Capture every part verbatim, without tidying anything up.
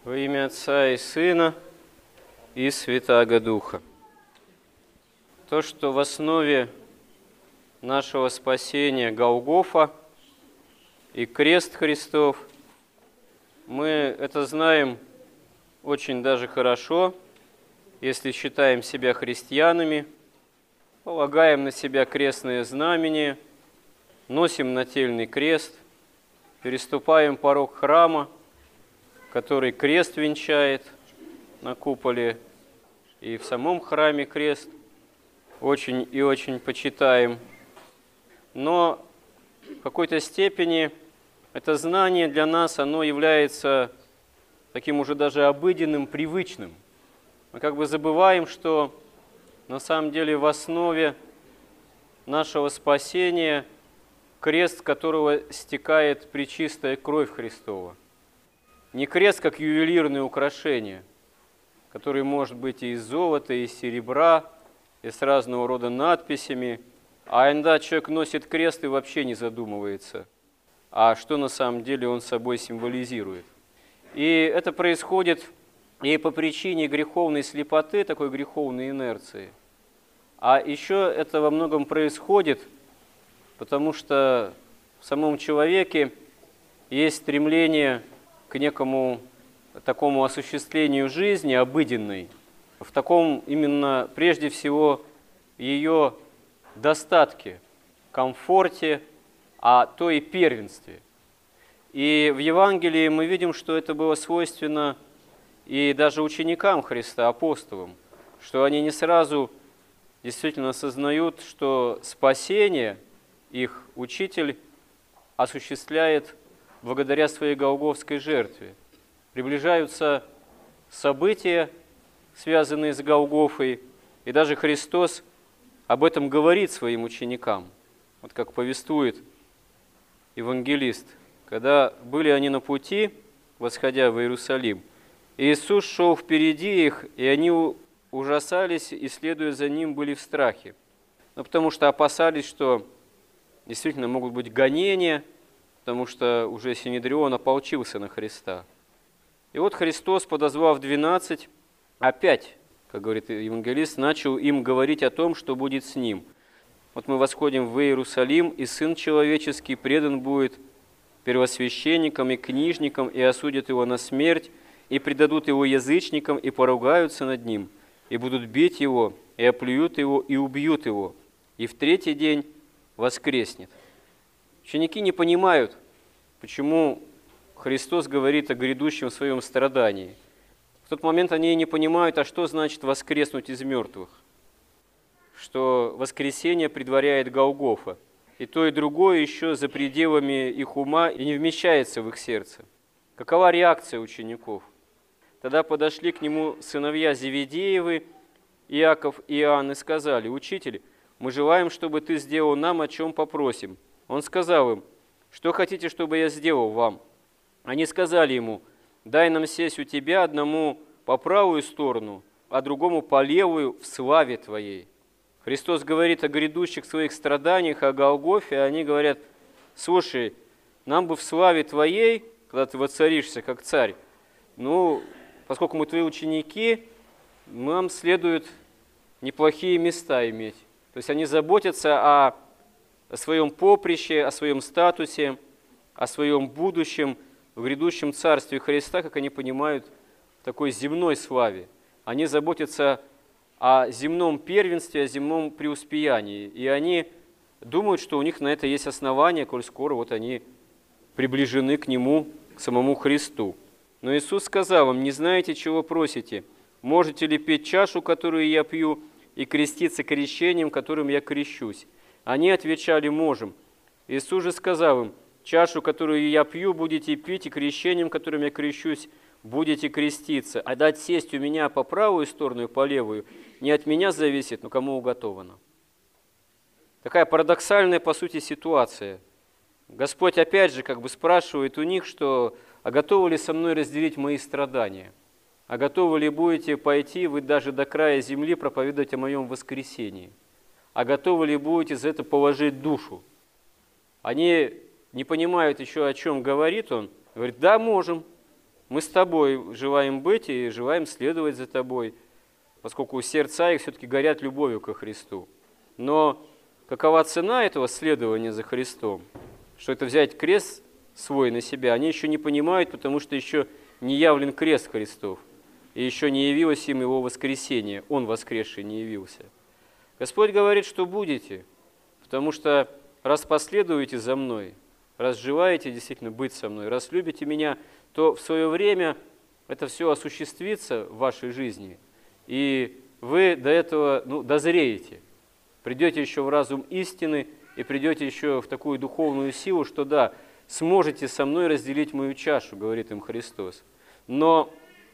Во имя Отца и Сына и Святаго Духа. То, что в основе нашего спасения Голгофа и крест Христов, мы это знаем очень даже хорошо, если считаем себя христианами, полагаем на себя крестное знамение, носим нательный крест, переступаем порог храма, который крест венчает на куполе, и в самом храме крест очень и очень почитаем. Но в какой-то степени это знание для нас, оно является таким уже даже обыденным, привычным. Мы как бы забываем, что на самом деле в основе нашего спасения крест, с которого стекает пречистая кровь Христова. Не крест, как ювелирное украшение, который может быть и из золота, и из серебра, и с разного рода надписями, а иногда человек носит крест и вообще не задумывается, а что на самом деле он собой символизирует. И это происходит и по причине греховной слепоты, такой греховной инерции. А еще это во многом происходит, потому что в самом человеке есть стремление к некому такому осуществлению жизни обыденной, в таком именно прежде всего ее достатке, комфорте, а то и первенстве. И в Евангелии мы видим, что это было свойственно и даже ученикам Христа, апостолам, что они не сразу действительно осознают, что спасение их Учитель осуществляет благодаря своей голгофской жертве. Приближаются события, связанные с Голгофой, и даже Христос об этом говорит своим ученикам. Вот как повествует евангелист. Когда были они на пути, восходя в Иерусалим, Иисус шел впереди их, и они ужасались, и, следуя за Ним, были в страхе. Ну, потому что опасались, что действительно могут быть гонения, потому что уже Синедрион ополчился на Христа. И вот Христос, подозвав двенадцать, опять, как говорит евангелист, начал им говорить о том, что будет с Ним. Вот мы восходим в Иерусалим, и Сын Человеческий предан будет первосвященникам и книжникам, и осудят Его на смерть, и предадут Его язычникам, и поругаются над Ним, и будут бить Его, и оплюют Его, и убьют Его, и в третий день воскреснет. Ученики не понимают, почему Христос говорит о грядущем своем страдании. В тот момент они не понимают, а что значит воскреснуть из мертвых, что воскресение предваряет Голгофа. И то, и другое еще за пределами их ума и не вмещается в их сердце. Какова реакция учеников? Тогда подошли к Нему сыновья Зеведеевы, Иаков и Иоанн, и сказали: «Учитель, мы желаем, чтобы Ты сделал нам, о чем попросим». Он сказал им: «Что хотите, чтобы я сделал вам?» Они сказали Ему: «Дай нам сесть у Тебя, одному по правую сторону, а другому по левую в славе Твоей». Христос говорит о грядущих своих страданиях, о Голгофе, а они говорят: «Слушай, нам бы в славе Твоей, когда Ты воцаришься как царь, ну, поскольку мы Твои ученики, нам следует неплохие места иметь». То есть они заботятся о о своем поприще, о своем статусе, о своем будущем в грядущем царстве Христа, как они понимают, в такой земной славе. Они заботятся о земном первенстве, о земном преуспеянии. И они думают, что у них на это есть основания, коль скоро вот они приближены к Нему, к самому Христу. Но Иисус сказал им: «Не знаете, чего просите? Можете ли пить чашу, которую я пью, и креститься крещением, которым я крещусь?» Они отвечали: «Можем». Иисус же сказал им: «Чашу, которую я пью, будете пить, и крещением, которым я крещусь, будете креститься. А дать сесть у меня по правую сторону и по левую не от меня зависит, но кому уготовано». Такая парадоксальная, по сути, ситуация. Господь опять же как бы спрашивает у них, что: «А готовы ли со мной разделить мои страдания? А готовы ли будете пойти вы даже до края земли проповедовать о моем воскресении? А готовы ли будете за это положить душу?» Они не понимают еще, о чем говорит он. Говорит: «Да, можем». мы с тобой желаем быть и желаем следовать за тобой, поскольку сердца их все-таки горят любовью ко Христу. Но какова цена этого следования за Христом? Что это взять крест свой на себя, они еще не понимают, потому что еще не явлен крест Христов, и еще не явилось им Его воскресение, Он воскресший не явился. Господь говорит, что будете, потому что раз последуете за Мной, раз желаете действительно быть со Мной, раз любите Меня, то в свое время это все осуществится в вашей жизни, и вы до этого ну, дозреете, придете еще в разум истины и придете еще в такую духовную силу, что да, сможете со мной разделить мою чашу, говорит им Христос. Но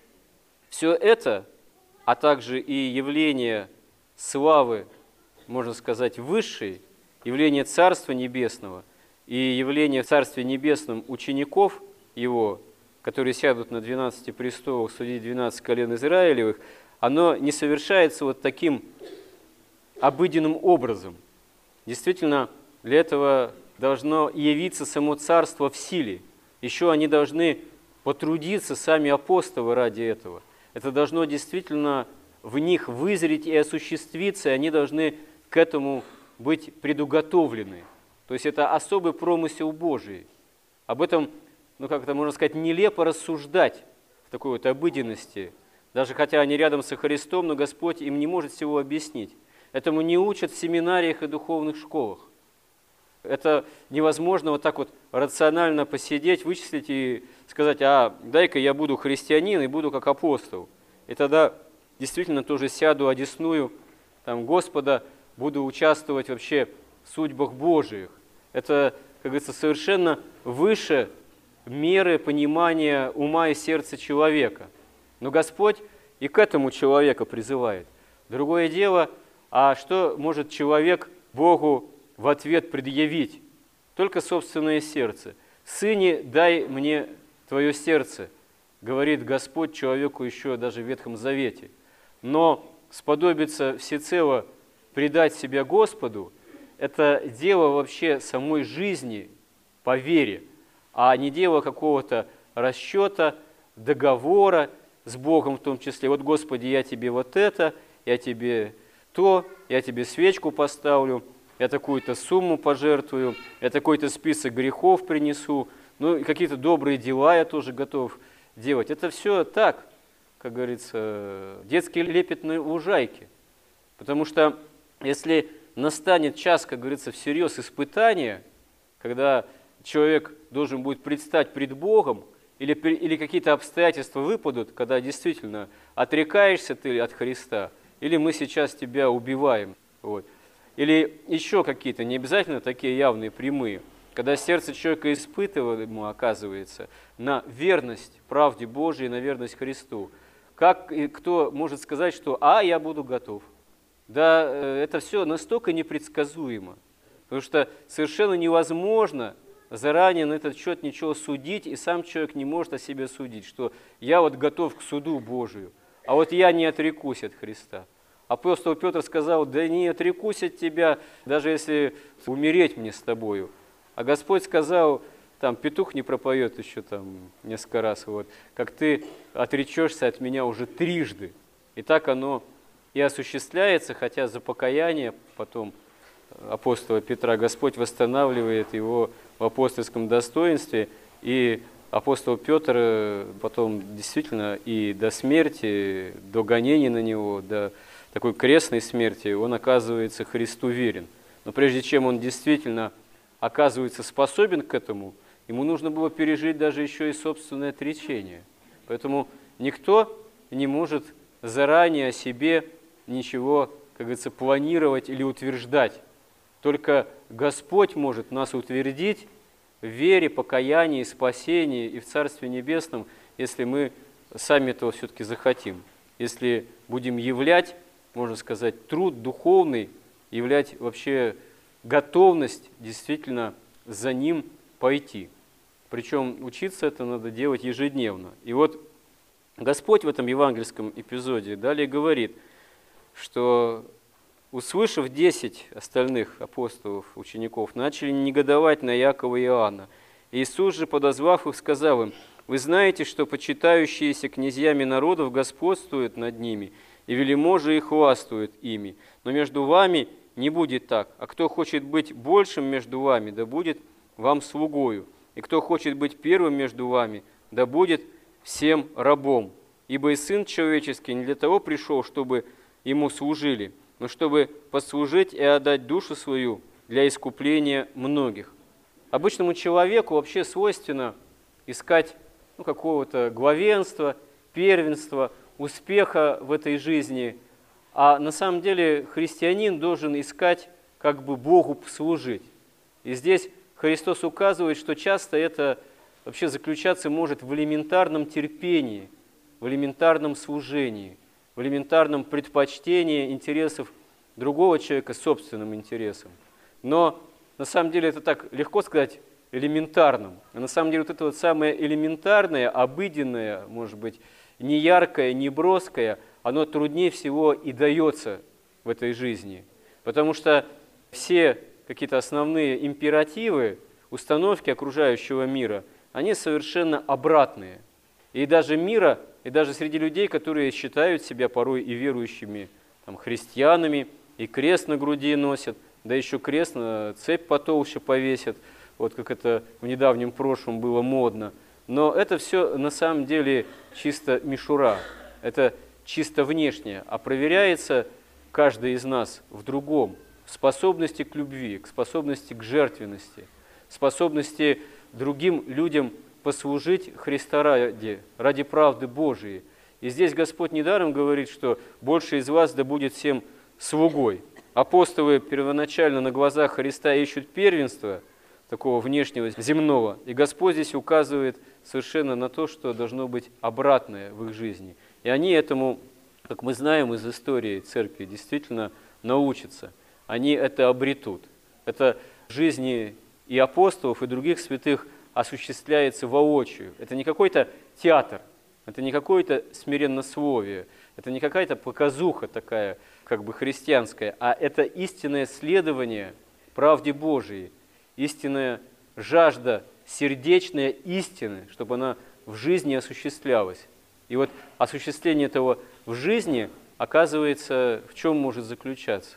все это, а также и явление славы, можно сказать, высшей, явление Царства Небесного и явление в Царстве Небесном учеников Его, которые сядут на двенадцати престолах судить двенадцать колен Израилевых, оно не совершается вот таким обыденным образом. Действительно, для этого должно явиться само Царство в силе. Еще они должны потрудиться, сами апостолы, ради этого. Это должно действительно в них вызреть и осуществиться, и они должны к этому быть предуготовлены. То есть это особый промысел Божий. Об этом, ну как это можно сказать, нелепо рассуждать в такой вот обыденности. Даже хотя они рядом со Христом, но Господь им не может всего объяснить. Этому не учат в семинариях и духовных школах. Это невозможно вот так вот рационально посидеть, вычислить и сказать, а дай-ка я буду христианин и буду как апостол. И тогда действительно тоже сяду одесную там, Господа, буду участвовать вообще в судьбах Божиих. Это, как говорится, совершенно выше меры понимания ума и сердца человека. Но Господь и к этому человека призывает. Другое дело, а что может человек Богу в ответ предъявить? Только собственное сердце. «Сыне, дай мне твое сердце», говорит Господь человеку еще даже в Ветхом Завете. Но сподобиться всецело предать себя Господу – это дело вообще самой жизни по вере, а не дело какого-то расчета, договора с Богом в том числе. Вот, Господи, я тебе вот это, я тебе то, я тебе свечку поставлю, я такую-то сумму пожертвую, я такой-то список грехов принесу, ну и какие-то добрые дела я тоже готов делать. Это все так, как говорится, детский лепет на лужайке. Потому что если настанет час, как говорится, всерьез испытания, когда человек должен будет предстать пред Богом, или, или какие-то обстоятельства выпадут, когда действительно отрекаешься ты от Христа, или мы сейчас тебя убиваем. Вот. Или еще какие-то, не обязательно такие явные, прямые, когда сердце человека испытываемо оказывается на верность правде Божией, на верность Христу. Как и кто может сказать, что «а, я буду готов»? Да, это все настолько непредсказуемо, потому что совершенно невозможно заранее на этот счет ничего судить, и сам человек не может о себе судить, что я вот готов к суду Божию, а вот я не отрекусь от Христа. Апостол Петр сказал, да не отрекусь от тебя, даже если умереть мне с тобою. А Господь сказал, там петух не пропоет еще там несколько раз, вот, как ты отречешься от меня уже трижды. И так оно и осуществляется, хотя за покаяние потом апостола Петра Господь восстанавливает его в апостольском достоинстве, и апостол Петр потом действительно и до смерти, до гонений на него, до такой крестной смерти, он оказывается Христу верен. Но прежде чем он действительно оказывается способен к этому, ему нужно было пережить даже еще и собственное отречение. Поэтому никто не может заранее о себе ничего, как говорится, планировать или утверждать. Только Господь может нас утвердить в вере, покаянии, спасении и в Царстве Небесном, если мы сами этого все-таки захотим. Если будем являть, можно сказать, труд духовный, являть вообще готовность действительно за ним пойти. Причем учиться это надо делать ежедневно. И вот Господь в этом евангельском эпизоде далее говорит, что, услышав десять остальных апостолов, учеников, начали негодовать на Иакова и Иоанна. Иисус же, подозвав их, сказал им, Вы знаете, что почитающиеся князьями народов господствуют над ними, и велиможи их хвастают ими. Но между вами не будет так. А кто хочет быть большим между вами, да будет вам слугою. И кто хочет быть первым между вами, да будет всем рабом. Ибо и Сын Человеческий не для того пришел, чтобы Ему служили, но чтобы послужить и отдать душу свою для искупления многих. Обычному человеку вообще свойственно искать ну, какого-то главенства, первенства, успеха в этой жизни. А на самом деле христианин должен искать, как бы Богу служить. И здесь Христос указывает, что часто это вообще заключаться может в элементарном терпении, в элементарном служении, в элементарном предпочтении интересов другого человека собственным интересам. Но на самом деле это так легко сказать элементарным. А на самом деле вот это вот самое элементарное, обыденное, может быть, не яркое, не броское, оно труднее всего и дается в этой жизни. Потому что все какие-то основные императивы, установки окружающего мира, они совершенно обратные. И даже мира, и даже среди людей, которые считают себя порой и верующими там, христианами, и крест на груди носят, да еще крест на цепь потолще повесят, вот как это в недавнем прошлом было модно. Но это все на самом деле чисто мишура, это чисто внешнее, а проверяется каждый из нас в другом, в способности к любви, к способности к жертвенности, способности другим людям послужить Христа ради, ради правды Божией. И здесь Господь недаром говорит, что больше из вас да будет всем слугой. Апостолы первоначально на глазах Христа ищут первенства, такого внешнего, земного. И Господь здесь указывает совершенно на то, что должно быть обратное в их жизни. И они этому, как мы знаем из истории церкви, действительно научатся. Они это обретут. Это в жизни и апостолов, и других святых осуществляется воочию. Это не какой-то театр, это не какое-то смиреннословие, это не какая-то показуха такая, как бы христианская, а это истинное следование правде Божией, истинная жажда, сердечная истины, чтобы она в жизни осуществлялась. И вот осуществление этого в жизни, оказывается, в чем может заключаться?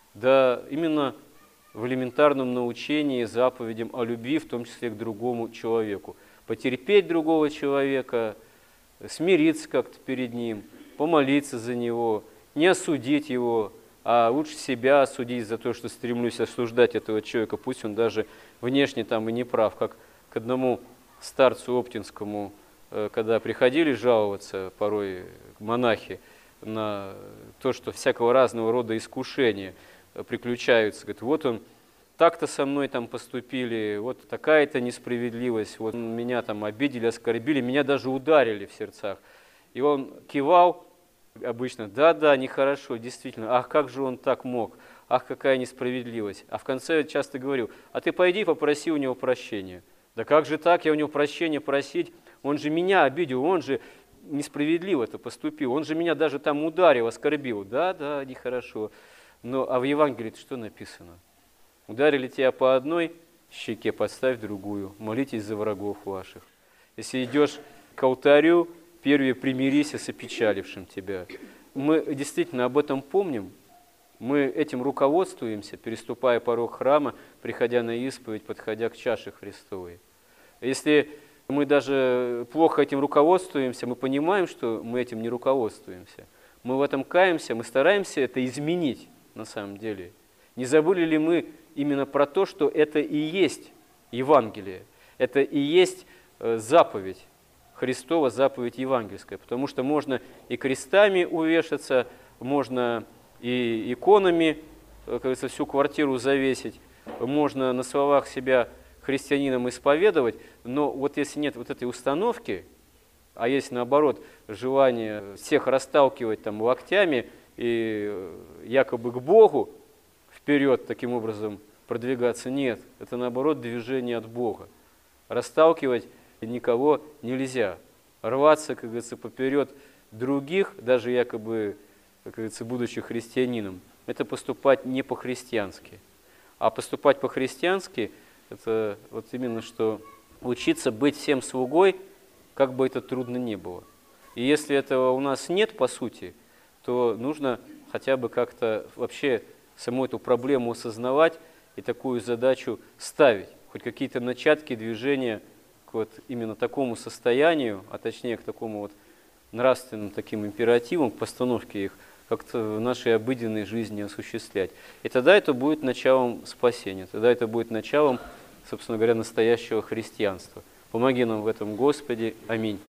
Да именно в элементарном научении заповедям о любви, в том числе к другому человеку. Потерпеть другого человека, смириться как-то перед ним, помолиться за него, не осудить его, а лучше себя осудить за то, что стремлюсь осуждать этого человека, пусть он даже внешне там и не прав, как к одному старцу оптинскому, когда приходили жаловаться порой монахи на то, что всякого разного рода искушения приключаются. Говорит, вот он так-то со мной там поступили, вот такая-то несправедливость, вот меня там обидели, оскорбили, меня даже ударили в сердцах. И он кивал обычно, да-да, нехорошо, действительно, ах, как же он так мог, ах, какая несправедливость. А в конце часто говорил, а ты пойди попроси у него прощения. Да как же так, я у него прощения просить, он же меня обидел, он же несправедливо-то поступил, он же меня даже там ударил, оскорбил. Да-да, нехорошо. Но, а в Евангелии что написано? Ударили тебя по одной щеке, подставь другую, молитесь за врагов ваших. Если идешь к алтарю, первее примирися с опечалившим тебя. Мы действительно об этом помним, мы этим руководствуемся, переступая порог храма, приходя на исповедь, подходя к чаше Христовой. Если мы даже плохо этим руководствуемся, мы понимаем, что мы этим не руководствуемся. Мы в этом каемся, мы стараемся это изменить на самом деле. Не забыли ли мы именно про то, что это и есть Евангелие, это и есть заповедь Христова, заповедь евангельская, потому что можно и крестами увешаться, можно и иконами, как говорится, всю квартиру завесить, можно на словах себя христианином исповедовать, но вот если нет вот этой установки, а есть наоборот желание всех расталкивать там локтями и якобы к Богу вперед таким образом продвигаться, нет, это наоборот движение от Бога. Расталкивать никого нельзя. Рваться, как говорится, поперед других, даже якобы, как говорится, будучи христианином, это поступать не по-христиански. А поступать по-христиански – это вот именно что учиться быть всем слугой как бы это трудно ни было. И если этого у нас нет, по сути, то нужно хотя бы как-то вообще саму эту проблему осознавать и такую задачу ставить. Хоть какие-то начатки движения к вот именно такому состоянию, а точнее к такому вот нравственным таким императивам, к постановке их, как-то в нашей обыденной жизни осуществлять. И тогда это будет началом спасения, тогда это будет началом, собственно говоря, настоящего христианства. Помоги нам в этом, Господи. Аминь.